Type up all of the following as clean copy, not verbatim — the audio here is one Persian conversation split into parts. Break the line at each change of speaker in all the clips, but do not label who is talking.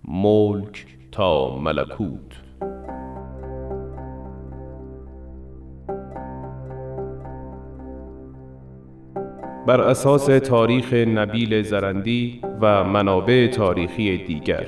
ملک تا ملکوت. بر اساس تاریخ نبیل زرندی و منابع تاریخی دیگر.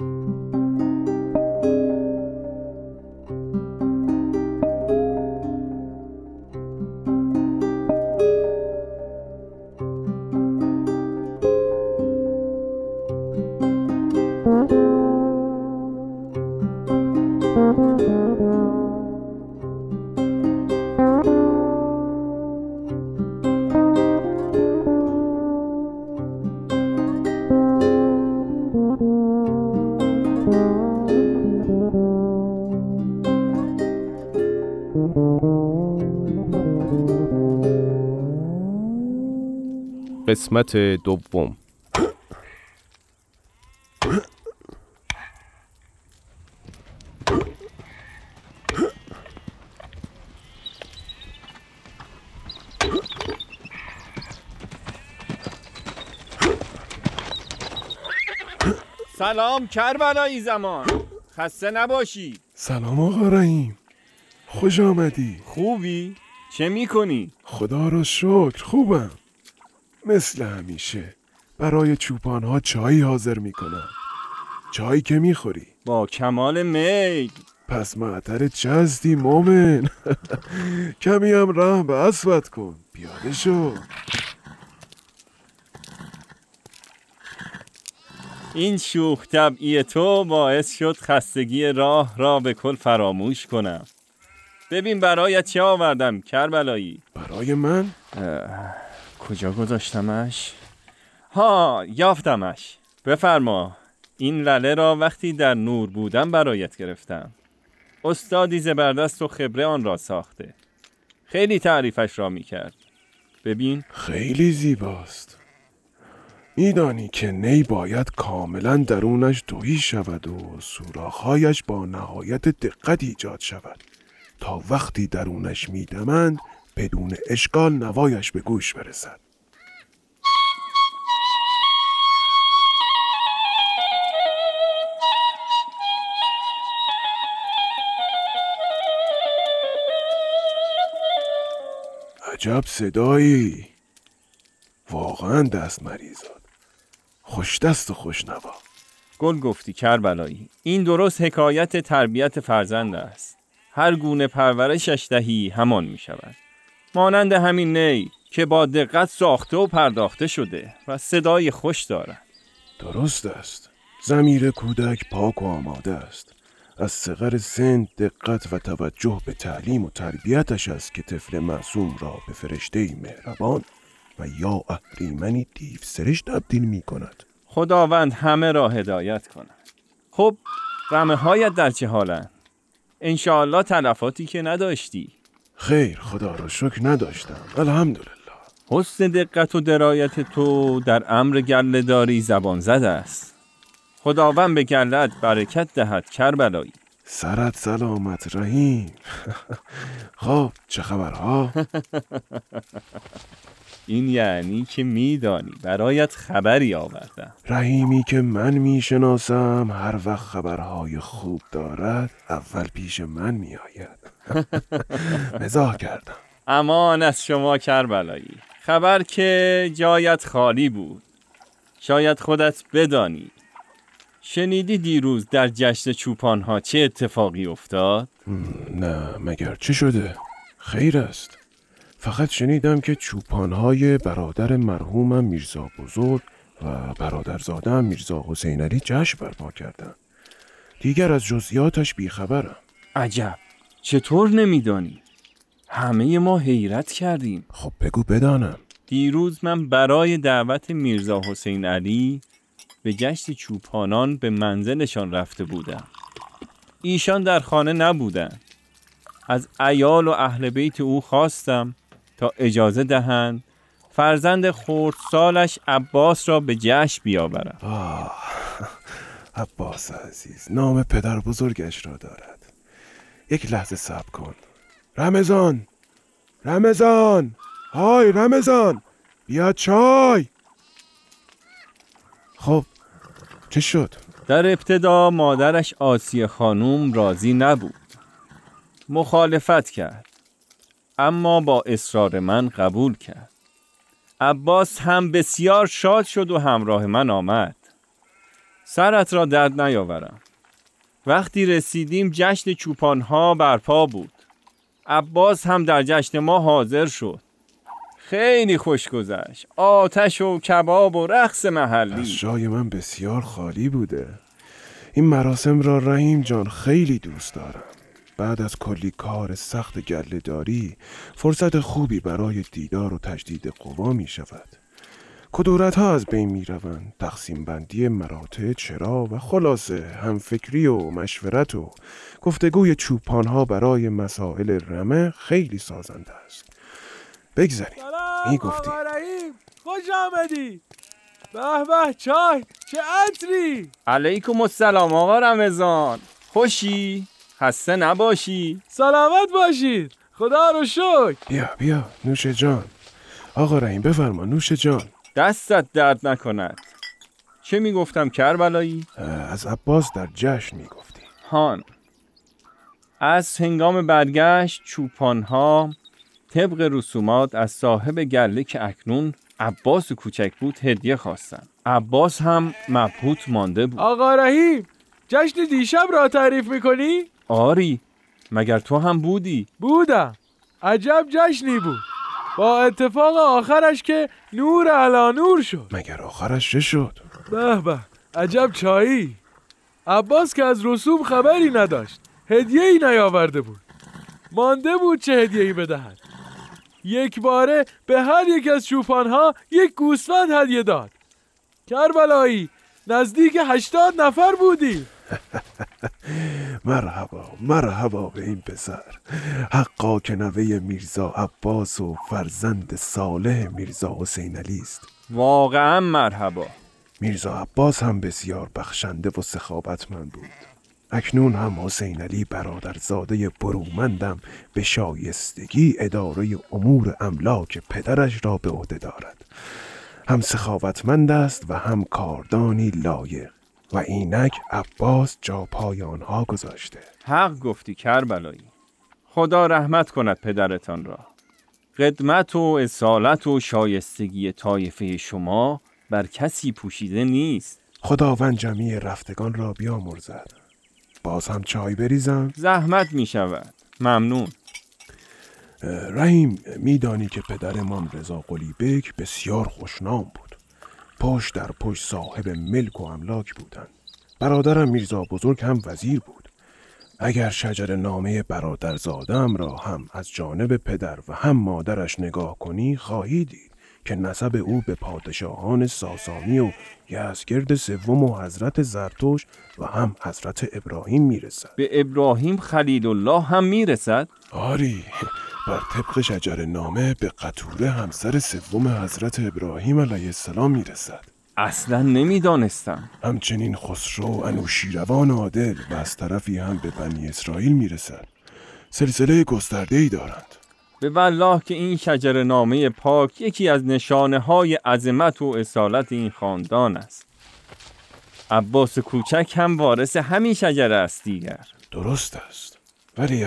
قسمت دوم.
سلام کربلایی زمان، خسته نباشی.
سلام آقا رحیم، خوش آمدی.
خوبی؟ چه میکنی؟
خدا رو شکر خوبم. مثل همیشه برای چوپانها چای حاضر میکنم. چای که میخوری؟
با کمال میل.
پس معطر جزدی مومن. کمی هم رحم به اسود کن، پیاده شو.
این شوخ طبعی تو باعث شد خستگی راه را به کل فراموش کنم. ببین برایت چه آوردم کربلایی.
برای من؟
کجا گذاشتمش؟ ها، یافتمش. بفرما. این لله را وقتی در نور بودم برایت گرفتم. استادی زبردست و خبره آن را ساخته. خیلی تعریفش را میکرد. ببین.
خیلی زیباست. میدانی که نی باید کاملا درونش دویی شود و سوراخ‌هایش با نهایت دقت ایجاد شود تا وقتی درونش میدمند بدون اشکال نوایش به گوش برسد. عجب صدایی، واقعا دست مریزاد. خوش دست و خوش نوا.
گل گفتی کربلایی. این درست حکایت تربیت فرزند است. هر گونه پرورشش دهی همان می شود. مانند همین نی که با دقت ساخته و پرداخته شده و صدای خوش دارد.
درست است. ضمیر کودک پاک و آماده است. از صغر سن دقت و توجه به تعلیم و تربیتش است که طفل معصوم را به فرشته‌ای مهربان و یا اهریمنی دیو سرشت تبدیل می کند.
خداوند همه را هدایت کند. خب رمه هایت در چه حالند؟ انشاءالله تلفاتی که نداشتی؟
خیر، خدا را شکر نداشتم، الحمدلله.
حسن دقت و درایت تو در امر گله داری زبان زد است. خداوند به گله‌ات برکت دهد کربلایی.
سرت سلامت رحیم. خب چه خبرها؟
این یعنی که میدانی برایت خبری آوردم.
رحیمی که من میشناسم هر وقت خبرهای خوب دارد اول پیش من میآید. مزاح کردم.
امان از شما کربلایی. خبر که جایت خالی بود. شاید خودت بدانی. شنیدی دیروز در جشن چوپانها چه اتفاقی افتاد؟
نه، مگر چه شده؟ خیر است. فقط شنیدم که چوپانهای برادر مرحومم میرزا بزرگ و برادرزاده‌ام میرزا حسین علی جشن برپا کردند. دیگر از جزئیاتش بیخبرم.
عجب، چطور نمیدانی؟ همه ما حیرت کردیم.
خب بگو بدانم.
دیروز من برای دعوت میرزا حسین علی به جشن چوپانان به منزلشان رفته بودم. ایشان در خانه نبودند. از عیال و اهل بیت او خواستم تا اجازه دهند فرزند خردسالش عباس را به جشن بیاورم.
عباس عزیز نام پدر بزرگش را دارد. یک لحظه صبر کن. رمضان، رمضان، های رمضان، بیا چای. خب چه شد؟
در ابتدا مادرش آسیه خانوم راضی نبود. مخالفت کرد. اما با اصرار من قبول کرد. عباس هم بسیار شاد شد و همراه من آمد. سرت را درد نیاورم. وقتی رسیدیم جشن چوپانها برپا بود. عباس هم در جشن ما حاضر شد. خیلی خوش گذشت. آتش و کباب و رقص محلی.
از جای من بسیار خالی بوده. این مراسم را رحیم جان خیلی دوست دارم. بعد از کلی کار سخت گله‌داری فرصت خوبی برای دیدار و تجدید قوا می شود. کدورت ها از بین می روند. تقسیم بندی مراتع چرا و خلاصه همفکری و مشورت و گفتگوی چوپان ها برای مسائل رمه خیلی سازنده است. بگذاریم. می گفتی
رحیم خوش آمدی. به به چای چه عطری.
علیکم السلام آقا رمضان. خوشی؟ خسته نباشی؟
سلامت باشید. خدا رو شکر.
بیا نوش جان. آقا رحیم بفرما نوش جان.
دستت درد نکند. چه میگفتم کربلایی؟
از عباس در جشن میگفتی.
هان. از هنگام برگشت چوپانها طبق رسومات از صاحب گله که اکنون عباس کوچک بود هدیه خواستن. عباس هم مبهوت مانده بود.
آقا رحیم جشن دیشب را تعریف میکنی؟
آری، مگر تو هم بودی؟
بودم. عجب جشنی بود. با اتفاق آخرش که نور علی نور شد.
مگر آخرش چه شد؟
به به عجب چایی. عباس که از رسوم خبری نداشت. هدیه‌ای نیاورده بود. مانده بود چه هدیه‌ای بدهد. یک باره به هر یک از چوپانها یک گوسفند هدیه داد. کربلایی نزدیک 80 نفر بودی.
مرحبا به این پسر. حقا که نوه میرزا عباس و فرزند صالح میرزا حسین علی است.
واقعا مرحبا.
میرزا عباس هم بسیار بخشنده و سخاوتمند بود. اکنون هم حسین علی برادرزاده برومندم به شایستگی اداره امور املاک پدرش را به عهده دارد. هم سخاوتمند است و هم کاردانی لایق و اینک عباس جا پای آنها گذاشته.
حق گفتی کربلایی. خدا رحمت کند پدرتان را. خدمت و اصالت و شایستگی طایفه شما بر کسی پوشیده نیست.
خداوند جمیع رفتگان را بیامرزد. باز هم چای بریزم؟
زحمت می شود. ممنون.
رحیم میدانی که پدرمان رضا قلی بیگ بسیار خوشنام بود. پشت در پشت صاحب ملک و املاک بودند. برادرم میرزا بزرگ هم وزیر بود. اگر شجر نامه برادرزادم را هم از جانب پدر و هم مادرش نگاه کنی خواهی دید که نسب او به پادشاهان ساسانی و یزدگرد سوم و حضرت زرتوش و هم حضرت ابراهیم میرسد.
به ابراهیم خلیل الله هم میرسد؟
آری، بر طبق شجر نامه به قطوره همسر سوم حضرت ابراهیم علیه السلام میرسد.
اصلا نمیدانستم.
همچنین خسرو انوشیروان عادل و از طرفی هم به بنی اسرائیل میرسد. سلسله گسترده‌ای دارند.
به والله که این شجر نامه پاک یکی از نشانه های عظمت و اصالت این خاندان است. عباس کوچک هم وارث همین شجره است دیگر.
درست است، ولی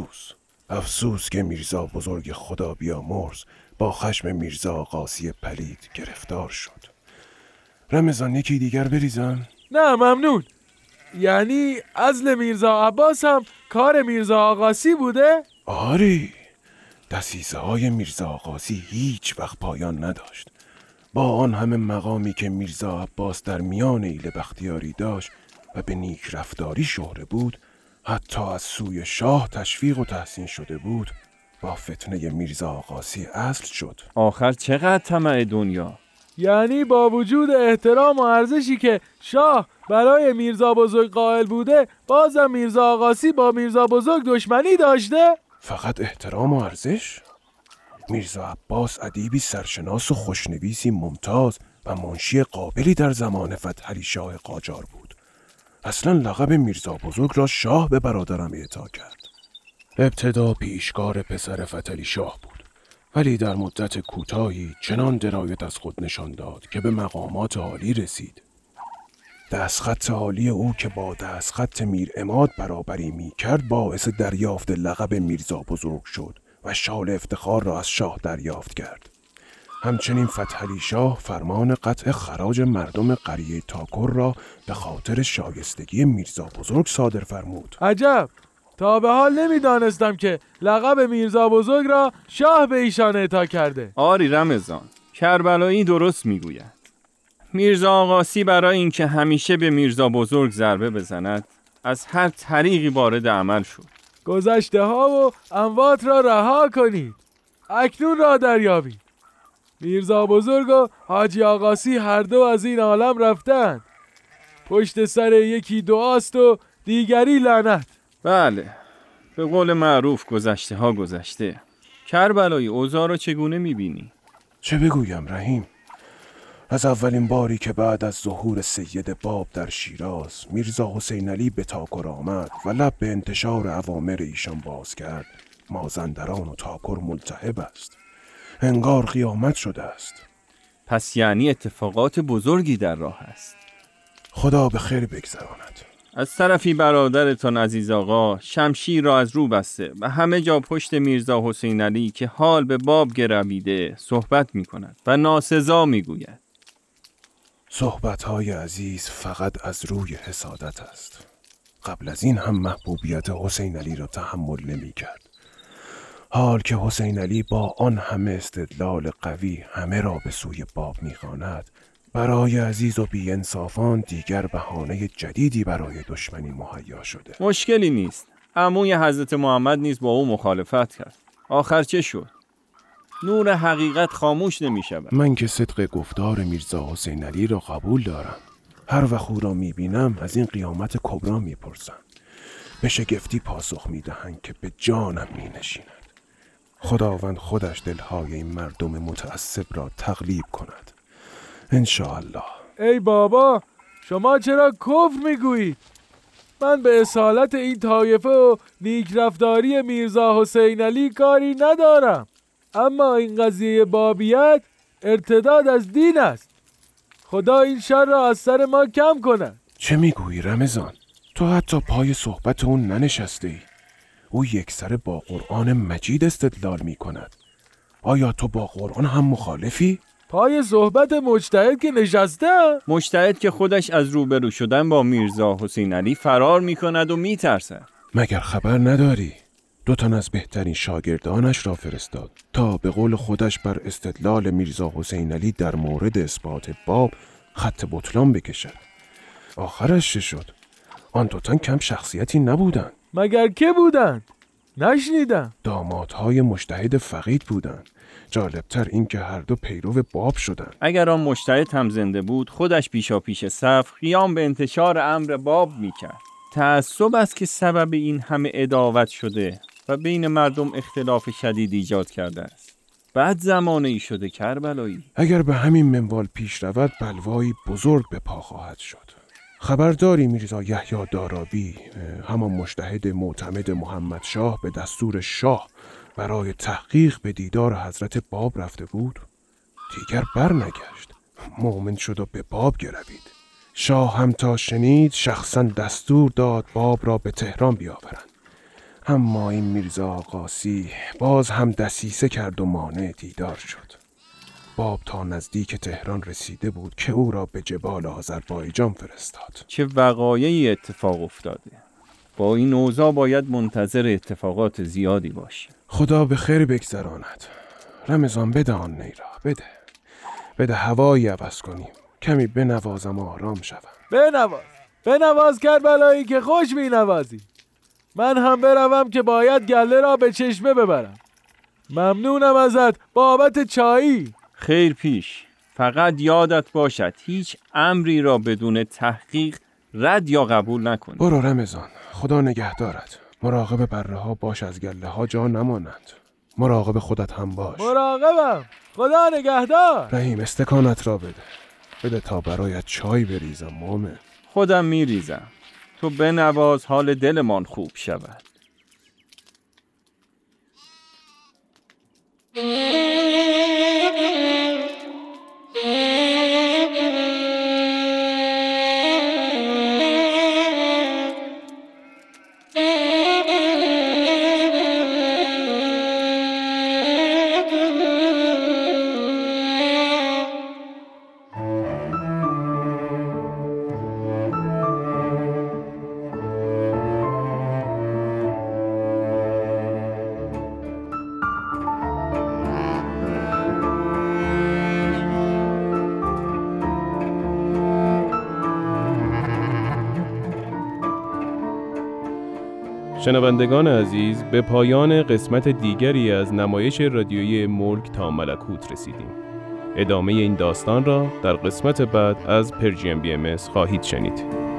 افسوس که میرزا بزرگ خدا بیامرز با خشم میرزا قاسی پلید گرفتار شد. رمضان یکی دیگر بریزم؟
نه ممنون. یعنی عزل میرزا عباس هم کار میرزا آقاسی بوده؟
آری، دسیسه های میرزا آقاسی هیچ وقت پایان نداشت. با آن همه مقامی که میرزا عباس در میان ایل بختیاری داشت و به نیک رفتاری شهره بود، حتی از سوی شاه تشویق و تحسین شده بود، با فتنه میرزا آقاسی اصل شد.
آخر چقدر طمع دنیا.
یعنی با وجود احترام و ارزشی که شاه برای میرزا بزرگ قائل بوده، بازم میرزا آقاسی با میرزا بزرگ دشمنی داشته؟
فقط احترام و ارزش؟ میرزا عباس ادیبی سرشناس و خوشنویسی ممتاز و منشی قابلی در زمان فتحعلی شاه قاجار بود. اصلا لقب میرزا بزرگ را شاه به برادرم اعطا کرد. ابتدا پیشکار پسر فتحعلی شاه بود، ولی در مدت کوتاهی چنان درایت از خود نشان داد که به مقامات عالی رسید. دستخط عالی او که با دستخط میر عماد برابری می کرد باعث دریافت لقب میرزا بزرگ شد و شال افتخار را از شاه دریافت کرد. همچنین فتحعلی شاه فرمان قطع خراج مردم قریه تاکر را به خاطر شایستگی میرزا بزرگ صادر فرمود.
عجب، تا به حال نمیدانستم که لقب میرزا بزرگ را شاه به ایشان اعطا کرده.
آری رمضان، کربلایی درست میگوید. میرزا آقاسی برای اینکه همیشه به میرزا بزرگ ضربه بزند از هر طریقی وارد عمل شد.
گذشته ها و اموات را رها کنید، اکنون را دریابید. میرزا بزرگ و حاجی آقاسی هر دو از این عالم رفتند. پشت سر یکی دعاست و دیگری لعنت.
بله، به قول معروف گذشته ها گذشته. کربلایی اوضاع را چگونه میبینی؟
چه بگویم رحیم؟ از اولین باری که بعد از ظهور سید باب در شیراز میرزا حسین علی به تاکر آمد و لب به انتشار اوامر ایشان باز کرد، مازندران و تاکر ملتهب است. انگار قیامت شده است.
پس یعنی اتفاقات بزرگی در راه است.
خدا به خیر بگذراند.
از طرفی برادرتان عزیز آقا شمشیر را از رو بسته و همه جا پشت میرزا حسین علی که حال به باب گرویده صحبت می کند و ناسزا می گوید.
صحبت‌های عزیز فقط از روی حسادت است. قبل از این هم محبوبیت حسین علی را تحمل نمی کرد. حال که حسین علی با آن همه استدلال قوی همه را به سوی باب می‌خواند، برای عزیز و بی‌انصافان دیگر بهانه جدیدی برای دشمنی مهیا شده.
مشکلی نیست. عموی حضرت محمد نیز با او مخالفت کرد. آخر چه شد؟ نور حقیقت خاموش نمی شود.
من که صدق گفتار میرزا حسین علی را قبول دارم. هر وقت او را می‌بینم از این قیامت کبری می‌پرسم. به شگفتی پاسخ می‌دهند که به جانم می‌نشیند. خداوند خودش دلهای این مردم متعصب را تغلیب کند انشاءالله.
ای بابا، شما چرا کفر میگویید؟ من به اصالت این طایفه و نیکرفتاری میرزا حسین علی کاری ندارم، اما این قضیه بابیت ارتداد از دین است. خدا این شر را از سر ما کم کند.
چه میگویی رمضان؟ تو حتی پای صحبت اون ننشسته ای. او یک سر با قرآن مجید استدلال می کند. آیا تو با قرآن هم مخالفی؟
پای صحبت مجتهد که نشسته؟
مجتهد که خودش از روبرو شدن با میرزا حسین علی فرار می کند و می ترسد.
مگر خبر نداری؟ 2 تن از بهترین شاگردانش را فرستاد تا به قول خودش بر استدلال میرزا حسین علی در مورد اثبات باب خط بطلان بکشد. آخرش چه شد؟ آن 2 تن کم شخصیتی نبودند.
مگر که بودند؟ نشنیدم.
دامادهای مجتهد فقید بودند. جالبتر این که هر دو پیرو باب شدند.
اگر آن مجتهد هم زنده بود خودش پیشاپیش صف قیام به انتشار امر باب میکرد. تعصب است که سبب این همه عداوت شده و بین مردم اختلاف شدید ایجاد کرده است. بعد زمانه ای شده کربلایی.
اگر به همین منوال پیش رود بلوایی بزرگ به پا خواهد شد. خبرداری میرزا یحیی داراوی، همان مجتهد معتمد محمد شاه، به دستور شاه برای تحقیق به دیدار حضرت باب رفته بود؟ دیگر برنگشت. مؤمن شد و به باب گروید. شاه هم تا شنید شخصا دستور داد باب را به تهران بیاورند. اما این میرزا آقاسی باز هم دسیسه کرد و مانع دیدار شد. باب تا نزدیک تهران رسیده بود که او را به جبال آذربایجان فرستاد.
چه وقایعی اتفاق افتاده. با این اوضاع باید منتظر اتفاقات زیادی باشیم.
خدا به خیر بگذراند. رمضان بده آن نیرا، بده هوایی عوض کنیم. کمی بنوازم و آرام شوم.
بنواز کربلایی که خوش می نوازی. من هم بروم که باید گله را به چشمه ببرم. ممنونم ازت بابت چایی.
خیر پیش. فقط یادت باشد هیچ امری را بدون تحقیق رد یا قبول نکنی.
برو رمضان، خدا نگهدارت. مراقب بره ها باش، از گله ها جا نمانند. مراقب خودت هم باش.
مراقبم. خدا نگهدار.
رحیم استکانت را بده تا برایت چای بریزم مومن.
خودم میریزم. تو بنواز حال دلمان خوب شود.
شنوندگان عزیز، به پایان قسمت دیگری از نمایش رادیویی ملک تا ملکوت رسیدیم. ادامه این داستان را در قسمت بعد از پرژیم BMS خواهید شنید.